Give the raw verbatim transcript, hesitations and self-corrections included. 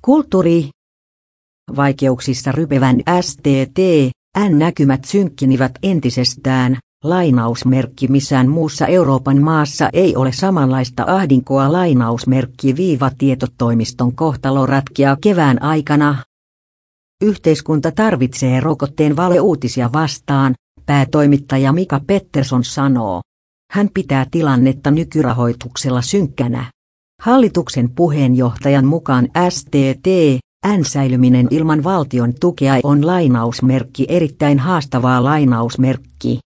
Kulttuuri. Vaikeuksissa rypevän S T T N näkymät synkkinivät entisestään. Lainausmerkki missään muussa Euroopan maassa ei ole samanlaista ahdinkoa lainausmerkki viiva tietotoimiston kohtalo ratkeaa kevään aikana. Yhteiskunta tarvitsee rokotteen valeuutisia vastaan, päätoimittaja Mika Pettersson sanoo. Hän pitää tilannetta nykyrahoituksella synkkänä. Hallituksen puheenjohtajan mukaan S T T N säilyminen ilman valtion tukea on lainausmerkki erittäin haastavaa lainausmerkki.